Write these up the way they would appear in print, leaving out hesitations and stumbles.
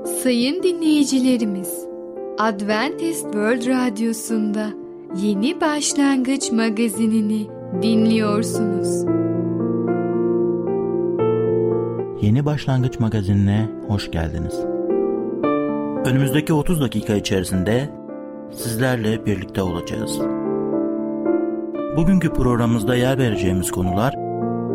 Sayın dinleyicilerimiz, Adventist World Radyosu'nda Yeni Başlangıç magazinini dinliyorsunuz. Yeni Başlangıç magazinine hoş geldiniz. Önümüzdeki 30 dakika içerisinde sizlerle birlikte olacağız. Bugünkü programımızda yer vereceğimiz konular: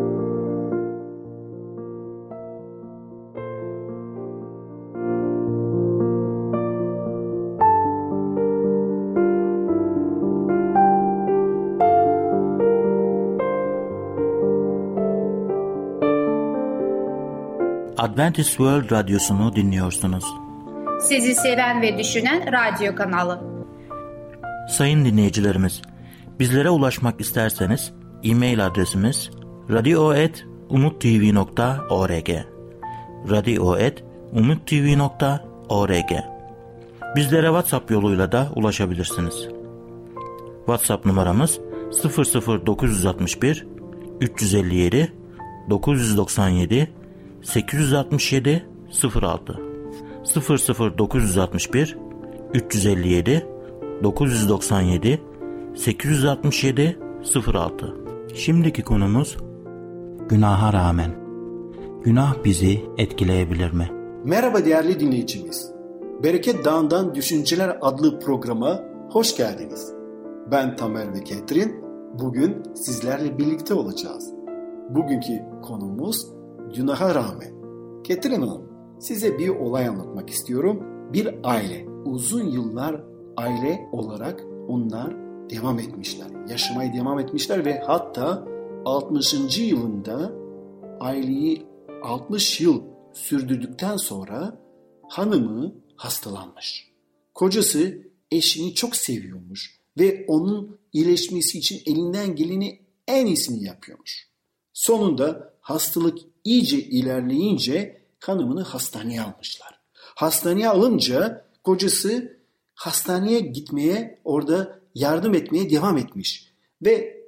Adventist World Radyosu'nu dinliyorsunuz. Sizi seven ve düşünen radyo kanalı. Sayın dinleyicilerimiz, bizlere ulaşmak isterseniz e-mail adresimiz radio@umuttv.org radio@umuttv.org. Bizlere WhatsApp yoluyla da ulaşabilirsiniz. WhatsApp numaramız 00961 357 997 867 06 00961 357 997 867 06. Şimdiki konumuz günaha rağmen. Günah bizi etkileyebilir mi? Merhaba değerli dinleyicimiz. Bereket Dağı'ndan Düşünceler adlı programa hoş geldiniz. Ben Tamer ve Ketrin. Bugün sizlerle birlikte olacağız. Bugünkü konumuz günaha rağmen. Ketrin Hanım, size bir olay anlatmak istiyorum. Bir aile, uzun yıllar aile olarak onlar devam etmişler. Yaşamaya devam etmişler ve hatta 60. yılında aileyi 60 yıl sürdürdükten sonra hanımı hastalanmış. Kocası eşini çok seviyormuş ve onun iyileşmesi için elinden geleni en iyisini yapıyormuş. Sonunda hastalık iyice ilerleyince hanımını hastaneye almışlar. Hastaneye alınca kocası hastaneye gitmeye, orada yardım etmeye devam etmiş. Ve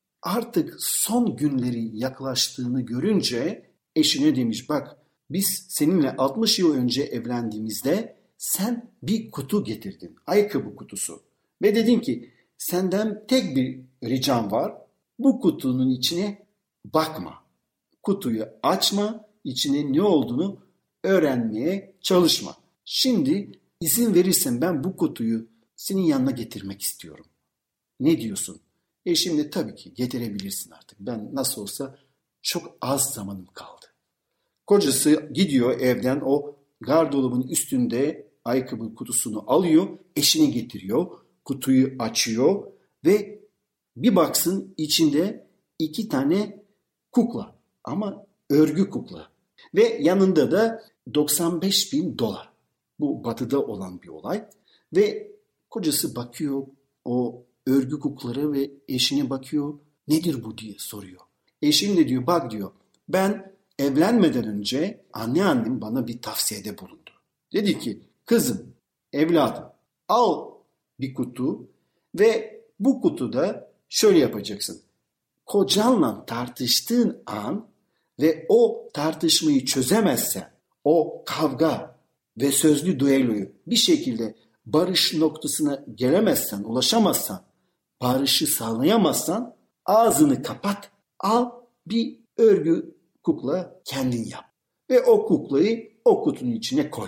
artık son günleri yaklaştığını görünce eşine demiş, bak biz seninle 60 yıl önce evlendiğimizde sen bir kutu getirdin, ayakkabı kutusu. Ve dedin ki senden tek bir ricam var, bu kutunun içine bakma. Kutuyu açma, içine ne olduğunu öğrenmeye çalışma. Şimdi izin verirsen ben bu kutuyu senin yanına getirmek istiyorum. Ne diyorsun? Şimdi tabii ki getirebilirsin artık. Ben nasıl olsa çok az zamanım kaldı. Kocası gidiyor evden, o gardırobun üstünde ayakkabı kutusunu alıyor, eşine getiriyor, kutuyu açıyor ve bir baksın içinde 2 tane kukla, ama örgü kukla ve yanında da $95.000. Bu batıda olan bir olay ve kocası bakıyor o örgü kuklara ve eşine bakıyor, nedir bu diye soruyor. Eşim de diyor, bak diyor, ben evlenmeden önce anneannem bana bir tavsiyede bulundu. Dedi ki kızım, evladım, al bir kutu ve bu kutuda şöyle yapacaksın. Kocanla tartıştığın an ve o tartışmayı çözemezsen, o kavga ve sözlü düelloyu bir şekilde barış noktasına gelemezsen, ulaşamazsan, barışı sağlayamazsan ağzını kapat, al bir örgü kukla kendin yap. Ve o kuklayı o kutunun içine koy.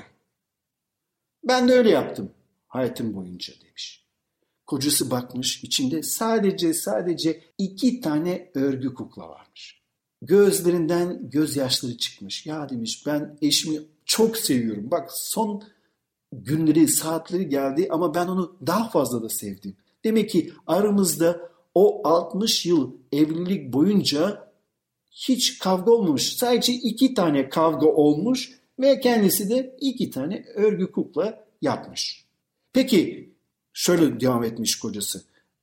Ben de öyle yaptım hayatım boyunca demiş. Kocası bakmış, içinde sadece 2 tane örgü kukla varmış. Gözlerinden gözyaşları çıkmış. Ya demiş, ben eşimi çok seviyorum. Bak son günleri, saatleri geldi ama ben onu daha fazla da sevdim. Demek ki aramızda o 60 yıl evlilik boyunca hiç kavga olmamış. Sadece 2 tane kavga olmuş ve kendisi de 2 tane örgü kukla yapmış. Peki şöyle devam etmiş kocası.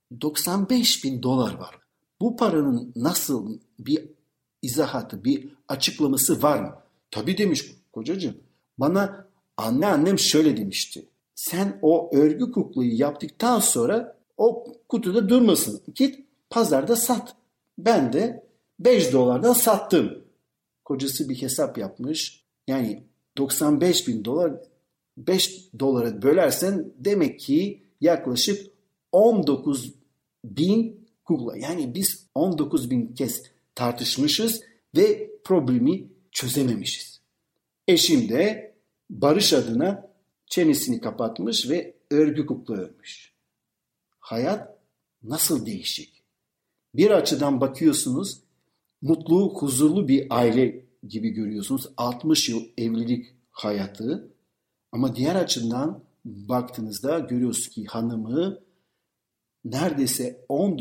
$95.000 var. Bu paranın nasıl bir izahatı, bir açıklaması var mı? Tabii demiş kocacığım. Bana anneannem şöyle demişti. Sen o örgü kuklayı yaptıktan sonra o kutuda durmasın. Git pazarda sat. Ben de $5'dan sattım. Kocası bir hesap yapmış. Yani $95.000 $5 bölersen demek ki yaklaşık 19.000 kukla. Yani biz 19.000 kez tartışmışız ve problemi çözememişiz. Eşim de barış adına çenesini kapatmış ve örgü kukla örmüş. Hayat nasıl değişik? Bir açıdan bakıyorsunuz, mutlu, huzurlu bir aile gibi görüyorsunuz. 60 yıl evlilik hayatı. Ama diğer açıdan baktığınızda görüyorsunuz ki hanımı neredeyse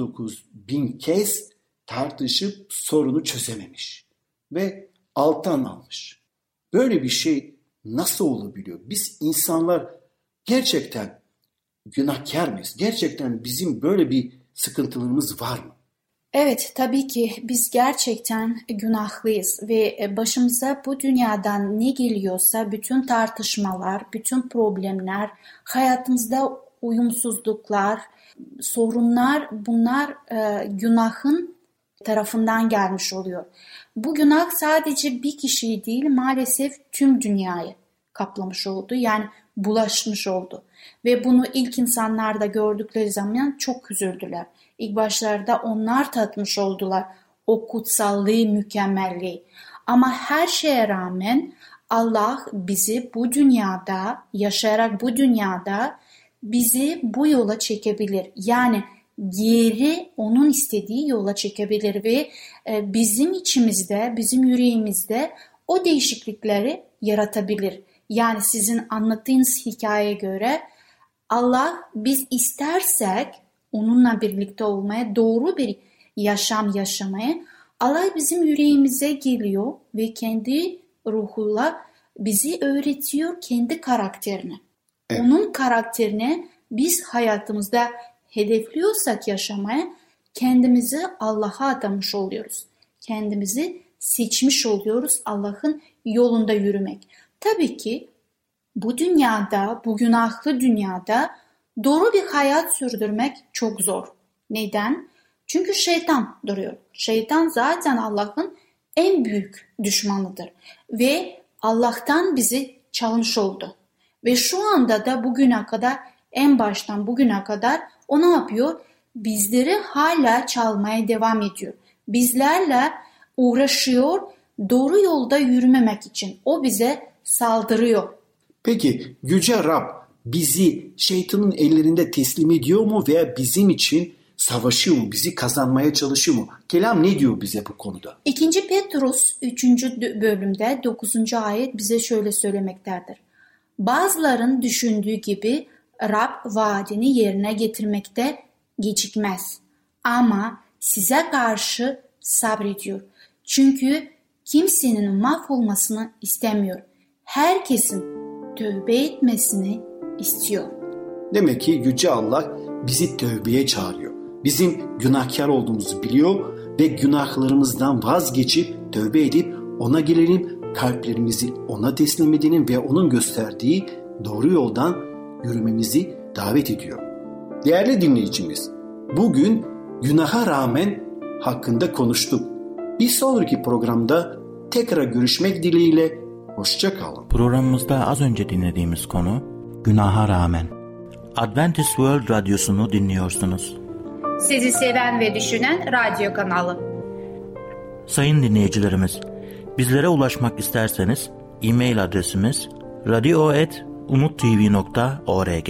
19.000 kez tartışıp sorunu çözememiş ve alttan almış. Böyle bir şey nasıl olabiliyor? Biz insanlar gerçekten günahkar mıyız? Gerçekten bizim böyle bir sıkıntılarımız var mı? Evet, tabii ki biz gerçekten günahlıyız ve başımıza bu dünyadan ne geliyorsa bütün tartışmalar, bütün problemler, hayatımızda uyumsuzluklar, sorunlar bunlar günahın tarafından gelmiş oluyor. Bu günah sadece bir kişiyi değil maalesef tüm dünyayı kaplamış oldu. Yani bulaşmış oldu. Ve bunu ilk insanlar da gördükleri zaman çok üzüldüler. İlk başlarda onlar tatmış oldular o kutsallığı, mükemmelliği. Ama her şeye rağmen Allah bizi bu dünyada, yaşayarak bu dünyada bizi bu yola çekebilir. Yani geri onun istediği yola çekebilir ve bizim içimizde, bizim yüreğimizde o değişiklikleri yaratabilir. Yani sizin anlattığınız hikayeye göre Allah biz istersek onunla birlikte olmaya, doğru bir yaşam yaşamaya, Allah bizim yüreğimize geliyor ve kendi ruhuyla bizi öğretiyor kendi karakterini. Evet. Onun karakterini biz hayatımızda hedefliyorsak yaşamaya kendimizi Allah'a adamış oluyoruz. Kendimizi seçmiş oluyoruz Allah'ın yolunda yürümek. Tabii ki bu dünyada, bu günahlı dünyada doğru bir hayat sürdürmek çok zor. Neden? Çünkü şeytan duruyor. Şeytan zaten Allah'ın en büyük düşmanıdır. Ve Allah'tan bizi çalmış oldu. Ve şu anda da bugüne kadar, en baştan bugüne kadar o ne yapıyor? Bizleri hala çalmaya devam ediyor. Bizlerle uğraşıyor doğru yolda yürümemek için. O bize saldırıyor. Peki Yüce Rab bizi şeytanın ellerinde teslim ediyor mu veya bizim için savaşıyor mu? Bizi kazanmaya çalışıyor mu? Kelam ne diyor bize bu konuda? 2. Petrus 3. bölümde 9. ayet bize şöyle söylemektedir. Bazıların düşündüğü gibi Rab vaadini yerine getirmekte gecikmez. Ama size karşı sabrediyor. Çünkü kimsenin mahvolmasını istemiyor. Herkesin tövbe etmesini istiyor. Demek ki Yüce Allah bizi tövbeye çağırıyor. Bizim günahkar olduğumuzu biliyor ve günahlarımızdan vazgeçip tövbe edip ona gelelim, kalplerimizi ona teslim edelim ve onun gösterdiği doğru yoldan yürümemizi davet ediyor. Değerli dinleyicimiz, bugün günaha rağmen hakkında konuştuk. Bir sonraki programda tekrar görüşmek dileğiyle, hoşça kalın. Programımızda az önce dinlediğimiz konu günaha rağmen. Adventist World Radyosu'nu dinliyorsunuz. Sizi seven ve düşünen radyo kanalı. Sayın dinleyicilerimiz, bizlere ulaşmak isterseniz e-mail adresimiz radio@umuttv.org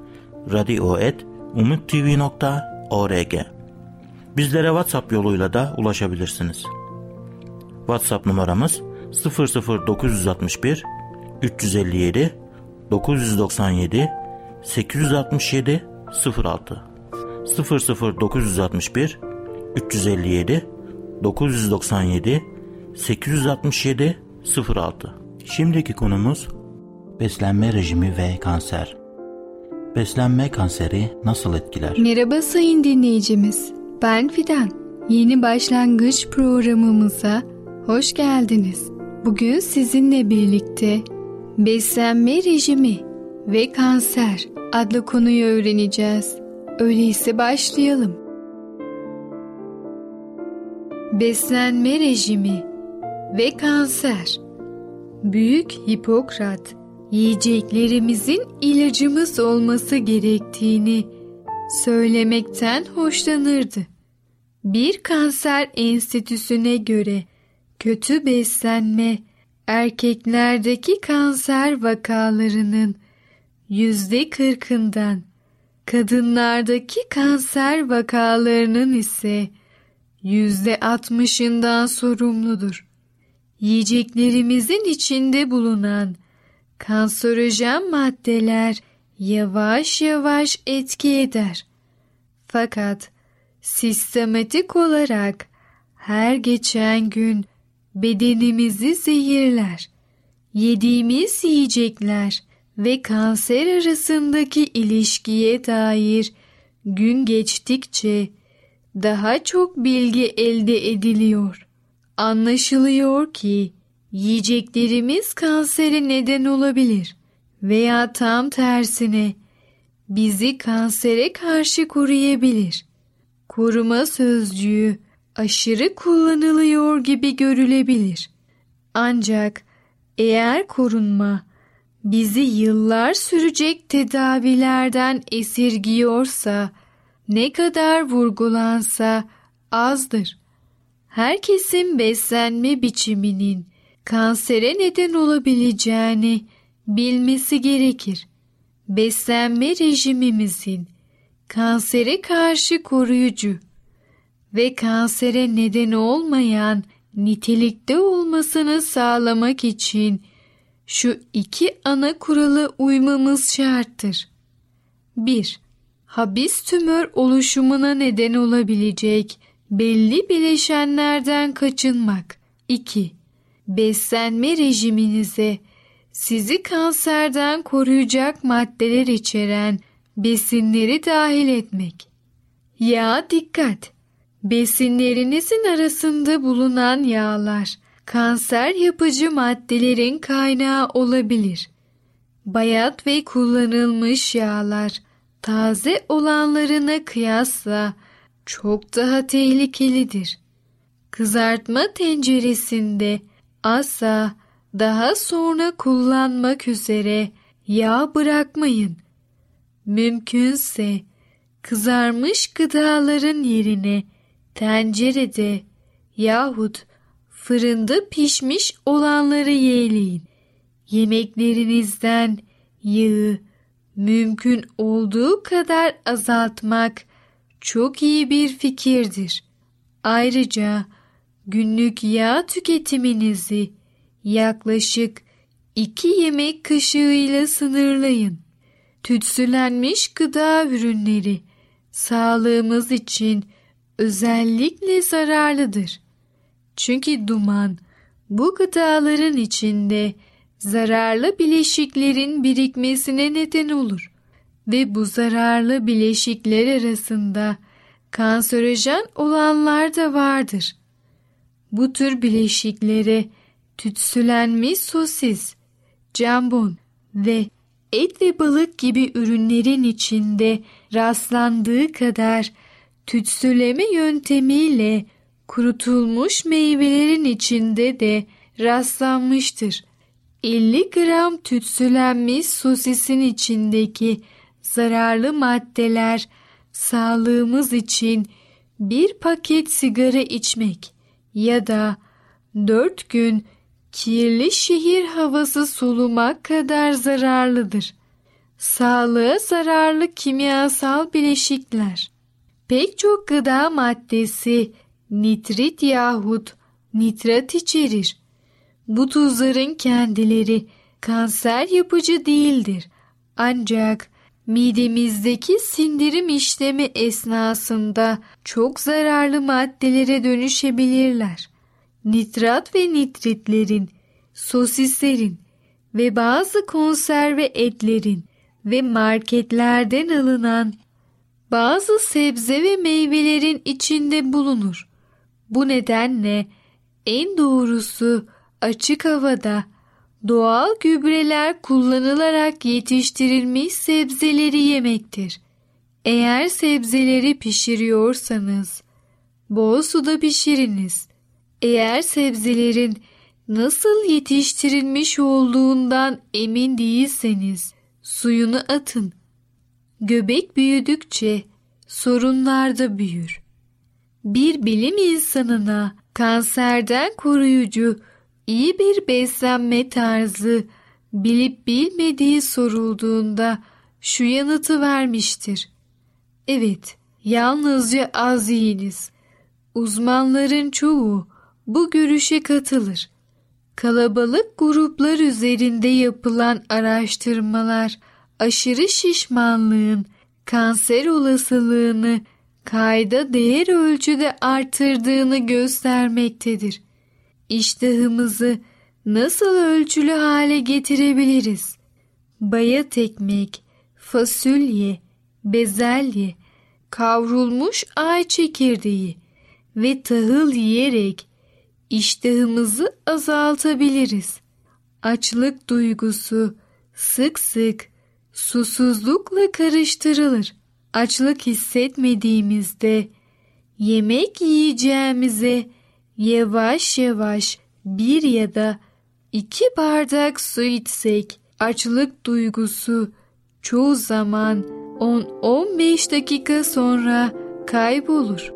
radio@umuttv.org. Bizlere WhatsApp yoluyla da ulaşabilirsiniz. WhatsApp numaramız 00961 357 997 867 06 00961 357 997 867 06. Şimdiki konumuz beslenme rejimi ve kanser. Beslenme kanseri nasıl etkiler? Merhaba sayın dinleyicimiz. Ben Fidan. Yeni başlangıç programımıza hoş geldiniz. Bugün sizinle birlikte beslenme rejimi ve kanser adlı konuyu öğreneceğiz. Öyleyse başlayalım. Beslenme rejimi ve kanser. Büyük Hipokrat yiyeceklerimizin ilacımız olması gerektiğini söylemekten hoşlanırdı. Bir kanser enstitüsüne göre kötü beslenme erkeklerdeki kanser vakalarının %40'ından, kadınlardaki kanser vakalarının ise %60'ından sorumludur. Yiyeceklerimizin içinde bulunan kanserojen maddeler yavaş yavaş etki eder. Fakat sistematik olarak her geçen gün bedenimizi zehirler. Yediğimiz yiyecekler ve kanser arasındaki ilişkiye dair gün geçtikçe daha çok bilgi elde ediliyor. Anlaşılıyor ki yiyeceklerimiz kansere neden olabilir veya tam tersine bizi kansere karşı koruyabilir. Koruma sözcüğü aşırı kullanılıyor gibi görülebilir. Ancak eğer korunma bizi yıllar sürecek tedavilerden esirgiyorsa, ne kadar vurgulansa azdır. Herkesin beslenme biçiminin kansere neden olabileceğini bilmesi gerekir. Beslenme rejimimizin kansere karşı koruyucu ve kansere neden olmayan nitelikte olmasını sağlamak için şu iki ana kurala uymamız şarttır. 1. Habis tümör oluşumuna neden olabilecek belli bileşenlerden kaçınmak. 2. Beslenme rejiminize sizi kanserden koruyacak maddeler içeren besinleri dahil etmek. Yağa dikkat! Besinlerinizin arasında bulunan yağlar kanser yapıcı maddelerin kaynağı olabilir. Bayat ve kullanılmış yağlar taze olanlarına kıyasla çok daha tehlikelidir. Kızartma tenceresinde asla daha sonra kullanmak üzere yağ bırakmayın. Mümkünse kızarmış gıdaların yerine tencerede yahut fırında pişmiş olanları yeğleyin. Yemeklerinizden yağı mümkün olduğu kadar azaltmak çok iyi bir fikirdir. Ayrıca günlük yağ tüketiminizi yaklaşık 2 yemek kaşığıyla sınırlayın. Tütsülenmiş gıda ürünleri sağlığımız için özellikle zararlıdır. Çünkü duman bu gıdaların içinde zararlı bileşiklerin birikmesine neden olur ve bu zararlı bileşikler arasında kanserojen olanlar da vardır. Bu tür bileşiklere tütsülenmiş sosis, jambon ve et ve balık gibi ürünlerin içinde rastlandığı kadar tütsüleme yöntemiyle kurutulmuş meyvelerin içinde de rastlanmıştır. 50 gram tütsülenmiş sosisin içindeki zararlı maddeler sağlığımız için bir paket sigara içmek ya da 4 gün kirli şehir havası solumak kadar zararlıdır. Sağlığa zararlı kimyasal bileşikler. Pek çok gıda maddesi nitrit yahut nitrat içerir. Bu tuzların kendileri kanser yapıcı değildir. Ancak midemizdeki sindirim işlemi esnasında çok zararlı maddelere dönüşebilirler. Nitrat ve nitritlerin, sosislerin ve bazı konserve etlerin ve marketlerden alınan bazı sebze ve meyvelerin içinde bulunur. Bu nedenle en doğrusu açık havada doğal gübreler kullanılarak yetiştirilmiş sebzeleri yemektir. Eğer sebzeleri pişiriyorsanız bol suda pişiriniz. Eğer sebzelerin Nasıl yetiştirilmiş olduğundan emin değilseniz suyunu atın. Göbek büyüdükçe sorunlar da büyür. Bir bilim insanına kanserden koruyucu iyi bir beslenme tarzı bilip bilmediği sorulduğunda şu yanıtı vermiştir. Evet, yalnızca az yiyiniz. Uzmanların çoğu bu görüşe katılır. Kalabalık gruplar üzerinde yapılan araştırmalar aşırı şişmanlığın kanser olasılığını kayda değer ölçüde artırdığını göstermektedir. İştahımızı nasıl ölçülü hale getirebiliriz? Bayat ekmek, fasulye, bezelye, kavrulmuş ay çekirdeği ve tahıl yiyerek iştahımızı azaltabiliriz. Açlık duygusu sık sık susuzlukla karıştırılır. Açlık hissetmediğimizde yemek yiyeceğimize yavaş yavaş 1 ya da 2 bardak su içsek açlık duygusu çoğu zaman 10-15 dakika sonra kaybolur.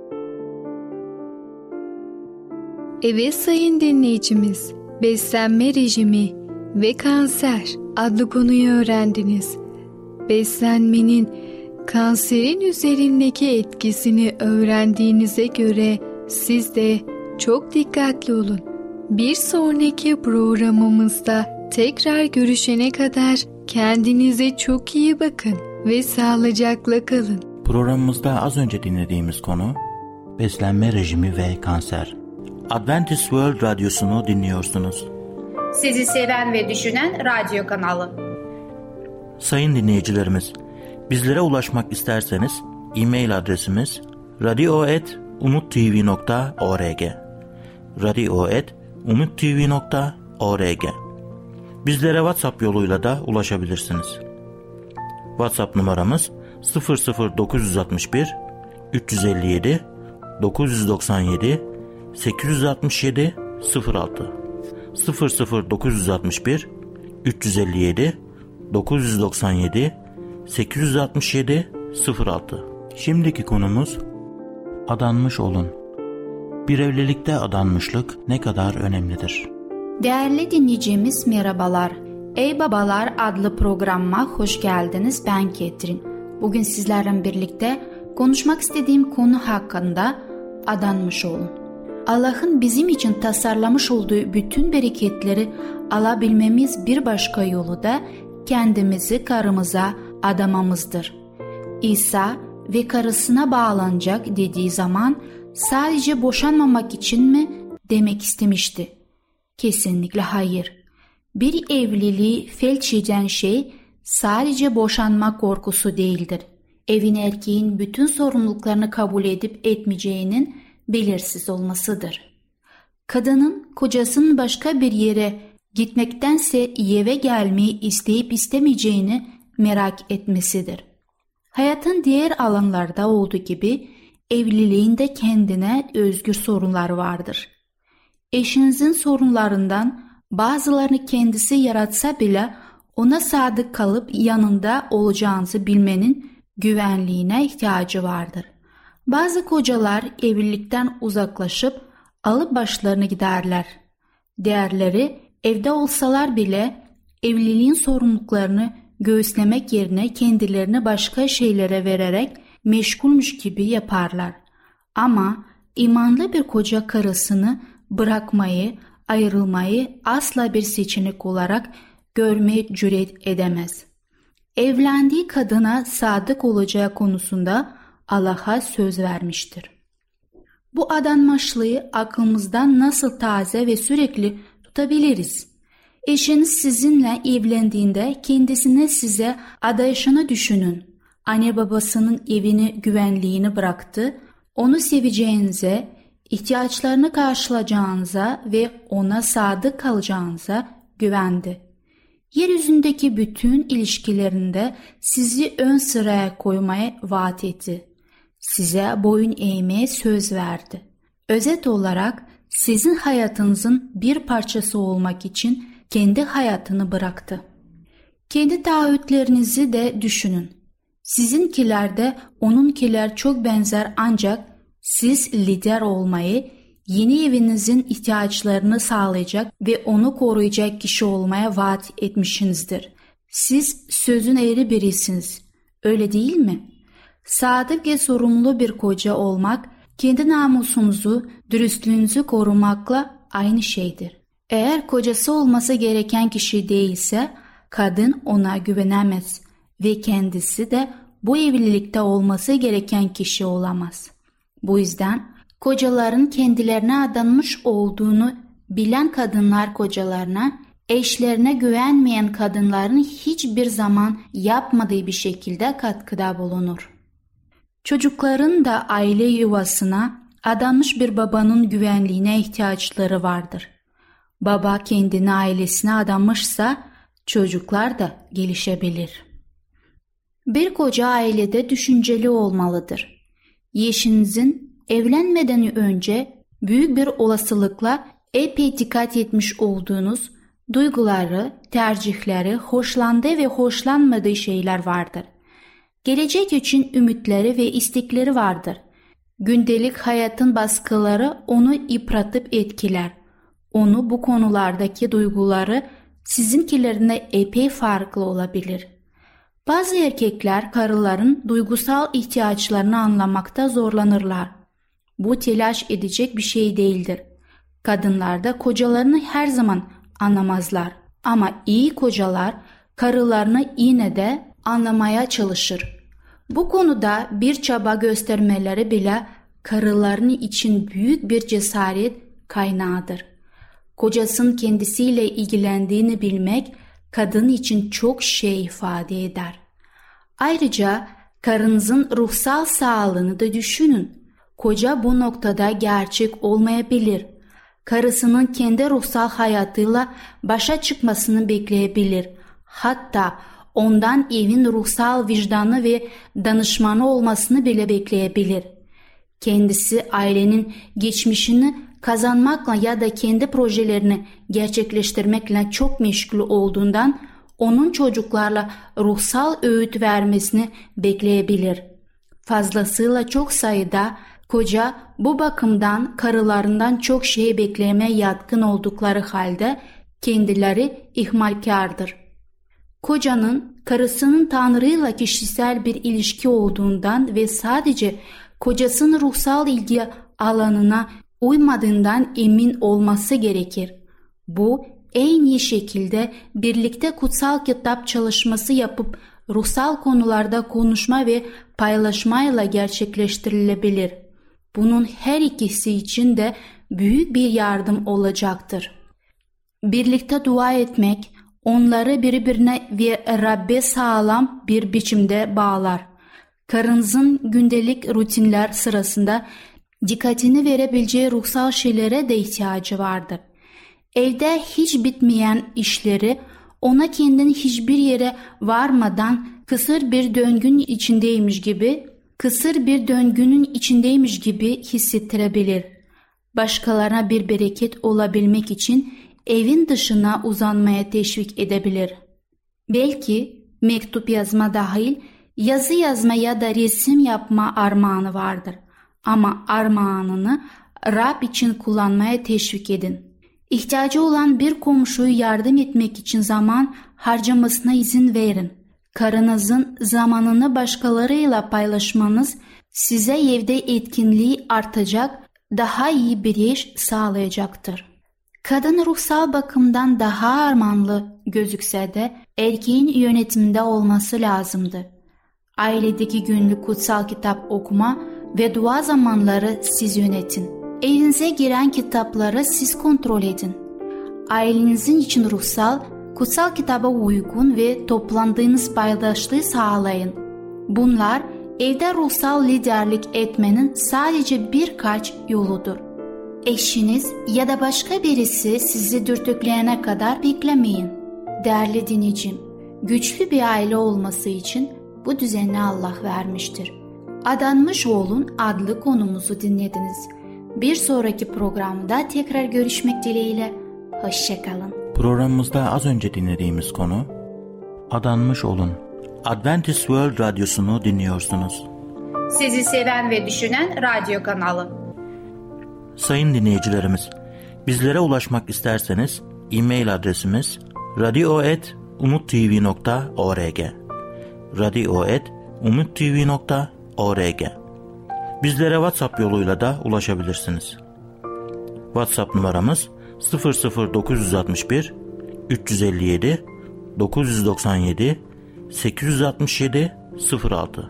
Evet sayın dinleyicimiz, beslenme rejimi ve kanser adlı konuyu öğrendiniz. Beslenmenin kanserin üzerindeki etkisini öğrendiğinize göre siz de çok dikkatli olun. Bir sonraki programımızda tekrar görüşene kadar kendinize çok iyi bakın ve sağlıcakla kalın. Programımızda az önce dinlediğimiz konu beslenme rejimi ve kanser. Adventist World Radyosu'nu dinliyorsunuz. Sizi seven ve düşünen radyo kanalı. Sayın dinleyicilerimiz, bizlere ulaşmak isterseniz e-mail adresimiz radio@umuttv.org radio@umuttv.org. Bizlere WhatsApp yoluyla da ulaşabilirsiniz. WhatsApp numaramız 00961 357 997 867 06 00961 357 997 867 06. Şimdiki konumuz adanmış olun. Bir evlilikte adanmışlık ne kadar önemlidir? Değerli dinleyicimiz merhabalar. Ey Babalar adlı programıma hoş geldiniz. Ben Ketrin. Bugün sizlerle birlikte konuşmak istediğim konu hakkında adanmış olun. Allah'ın bizim için tasarlamış olduğu bütün bereketleri alabilmemiz bir başka yolu da kendimizi karımıza adamamızdır. İsa ve karısına bağlanacak dediği zaman sadece boşanmamak için mi demek istemişti? Kesinlikle hayır. Bir evliliği felç eden şey sadece boşanma korkusu değildir. Evin erkeğin bütün sorumluluklarını kabul edip etmeyeceğinin belirsiz olmasıdır. Kadının kocasının başka bir yere gitmektense eve gelmeyi isteyip istemeyeceğini merak etmesidir. Hayatın diğer alanlarda olduğu gibi evliliğinde kendine özgü sorunlar vardır. Eşinizin sorunlarından bazılarını kendisi yaratsa bile ona sadık kalıp yanında olacağınızı bilmenin güvenliğine ihtiyacı vardır. Bazı kocalar evlilikten uzaklaşıp alıp başlarına giderler. Diğerleri evde olsalar bile evliliğin sorumluluklarını göğüslemek yerine kendilerini başka şeylere vererek meşgulmüş gibi yaparlar. Ama imanlı bir koca karısını bırakmayı, ayrılmayı asla bir seçenek olarak görmeye cüret edemez. Evlendiği kadına sadık olacağı konusunda Allah'a söz vermiştir. Bu adanmışlığı aklımızdan nasıl taze ve sürekli tutabiliriz? Eşiniz sizinle evlendiğinde kendisine size adayışını düşünün. Anne babasının evini, güvenliğini bıraktı, onu seveceğinize, ihtiyaçlarını karşılayacağınıza ve ona sadık kalacağınıza güvendi. Yeryüzündeki bütün ilişkilerinde sizi ön sıraya koymaya vaat etti. Size boyun eğmeye söz verdi. Özet olarak sizin hayatınızın bir parçası olmak için kendi hayatını bıraktı. Kendi taahhütlerinizi de düşünün. Sizinkiler de onunkiler çok benzer ancak siz lider olmayı, yeni evinizin ihtiyaçlarını sağlayacak ve onu koruyacak kişi olmaya vaat etmişsinizdir. Siz sözün eri birisiniz, öyle değil mi? Sadık ve sorumlu bir koca olmak, kendi namusunuzu, dürüstlüğünüzü korumakla aynı şeydir. Eğer kocası olması gereken kişi değilse, kadın ona güvenemez ve kendisi de bu evlilikte olması gereken kişi olamaz. Bu yüzden kocaların kendilerine adanmış olduğunu bilen kadınlar kocalarına, eşlerine güvenmeyen kadınların hiçbir zaman yapmadığı bir şekilde katkıda bulunur. Çocukların da aile yuvasına adanmış bir babanın güvenliğine ihtiyaçları vardır. Baba kendini ailesine adanmışsa çocuklar da gelişebilir. Bir koca ailede düşünceli olmalıdır. Eşinizin evlenmeden önce büyük bir olasılıkla epey dikkat etmiş olduğunuz duyguları, tercihleri, hoşlandığı ve hoşlanmadığı şeyler vardır. Gelecek için ümitleri ve istekleri vardır. Gündelik hayatın baskıları onu yıpratıp etkiler. Onu bu konulardaki duyguları sizinkilerine epey farklı olabilir. Bazı erkekler karıların duygusal ihtiyaçlarını anlamakta zorlanırlar. Bu telaş edecek bir şey değildir. Kadınlar da kocalarını her zaman anlamazlar. Ama iyi kocalar karılarını yine de anlamaya çalışır. Bu konuda bir çaba göstermeleri bile karılarının için büyük bir cesaret kaynağıdır. Kocasının kendisiyle ilgilendiğini bilmek kadın için çok şey ifade eder. Ayrıca karınızın ruhsal sağlığını da düşünün. Koca bu noktada gerçek olmayabilir. Karısının kendi ruhsal hayatıyla başa çıkmasını bekleyebilir. Hatta ondan evin ruhsal vicdanı ve danışmanı olmasını bile bekleyebilir. Kendisi ailenin geçmişini kazanmakla ya da kendi projelerini gerçekleştirmekle çok meşgul olduğundan onun çocuklarla ruhsal öğüt vermesini bekleyebilir. Fazlasıyla çok sayıda koca bu bakımdan karılarından çok şey beklemeye yatkın oldukları halde kendileri ihmalkardır. Kocanın karısının Tanrı'yla kişisel bir ilişki olduğundan ve sadece kocasının ruhsal ilgi alanına uymadığından emin olması gerekir. Bu en iyi şekilde birlikte kutsal kitap çalışması yapıp ruhsal konularda konuşma ve paylaşmayla gerçekleştirilebilir. Bunun her ikisi için de büyük bir yardım olacaktır. Birlikte dua etmek onları birbirine ve Rabbe sağlam bir biçimde bağlar. Karınızın gündelik rutinler sırasında dikkatini verebileceği ruhsal şeylere de ihtiyacı vardır. Evde hiç bitmeyen işleri ona kendini hiçbir yere varmadan kısır bir döngünün içindeymiş gibi hissettirebilir. Başkalarına bir bereket olabilmek için evin dışına uzanmaya teşvik edebilir. Belki mektup yazma dahil yazı yazma ya da resim yapma armağanı vardır. Ama armağanını Rab için kullanmaya teşvik edin. İhtiyacı olan bir komşuya yardım etmek için zaman harcamasına izin verin. Karınızın zamanını başkalarıyla paylaşmanız size evde etkinliği artacak, daha iyi bir iş sağlayacaktır. Kadın ruhsal bakımdan daha armağanlı gözükse de erkeğin yönetiminde olması lazımdı. Ailedeki günlük kutsal kitap okuma ve dua zamanları siz yönetin. Evinize giren kitapları siz kontrol edin. Ailenizin için ruhsal, kutsal kitaba uygun ve toplandığınız paydaşlığı sağlayın. Bunlar evde ruhsal liderlik etmenin sadece birkaç yoludur. Eşiniz ya da başka birisi sizi dürtükleyene kadar beklemeyin. Değerli dinleyicim, güçlü bir aile olması için bu düzeni Allah vermiştir. Adanmış olun adlı konumuzu dinlediniz. Bir sonraki programda tekrar görüşmek dileğiyle. Hoşça kalın. Programımızda az önce dinlediğimiz konu Adanmış Olun. Adventist World Radyosu'nu dinliyorsunuz. Sizi seven ve düşünen radyo kanalı. Sayın dinleyicilerimiz, bizlere ulaşmak isterseniz e-mail adresimiz radio@umuttv.org radio@umuttv.org. Bizlere WhatsApp yoluyla da ulaşabilirsiniz. WhatsApp numaramız 00961 357 997 867 06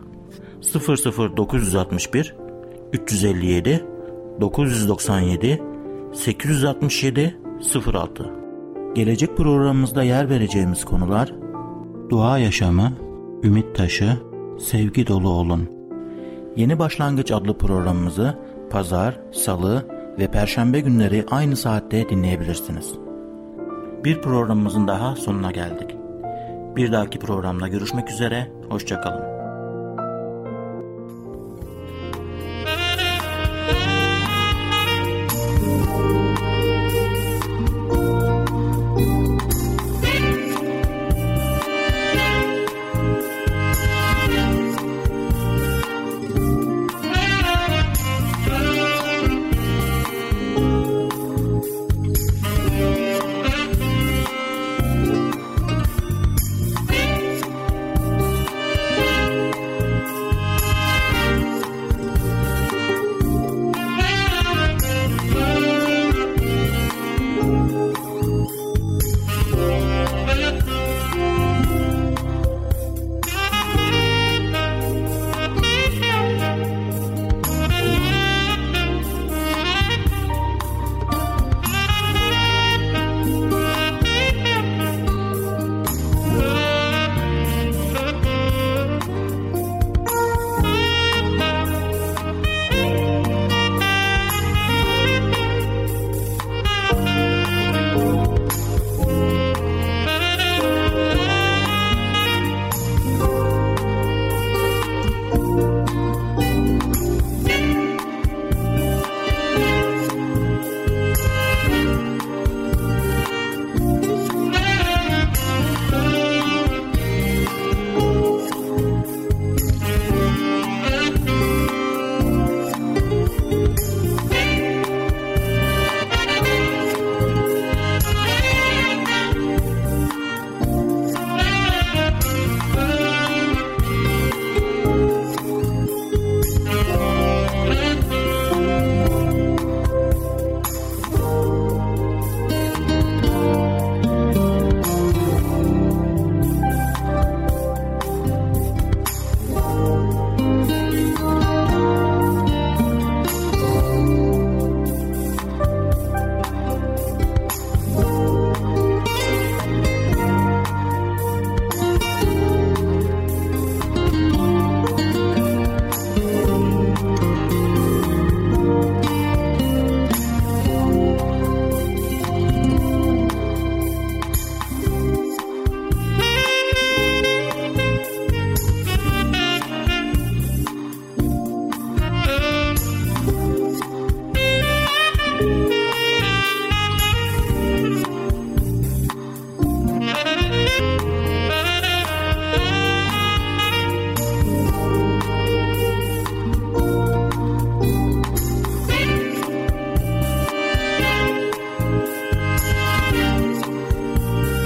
00961 357 997 867 06. Gelecek programımızda yer vereceğimiz konular: dua yaşamı, ümit taşı, sevgi dolu olun. Yeni Başlangıç adlı programımızı Pazar, Salı ve Perşembe günleri aynı saatte dinleyebilirsiniz. Bir programımızın daha sonuna geldik. Bir dahaki programda görüşmek üzere, hoşça kalın.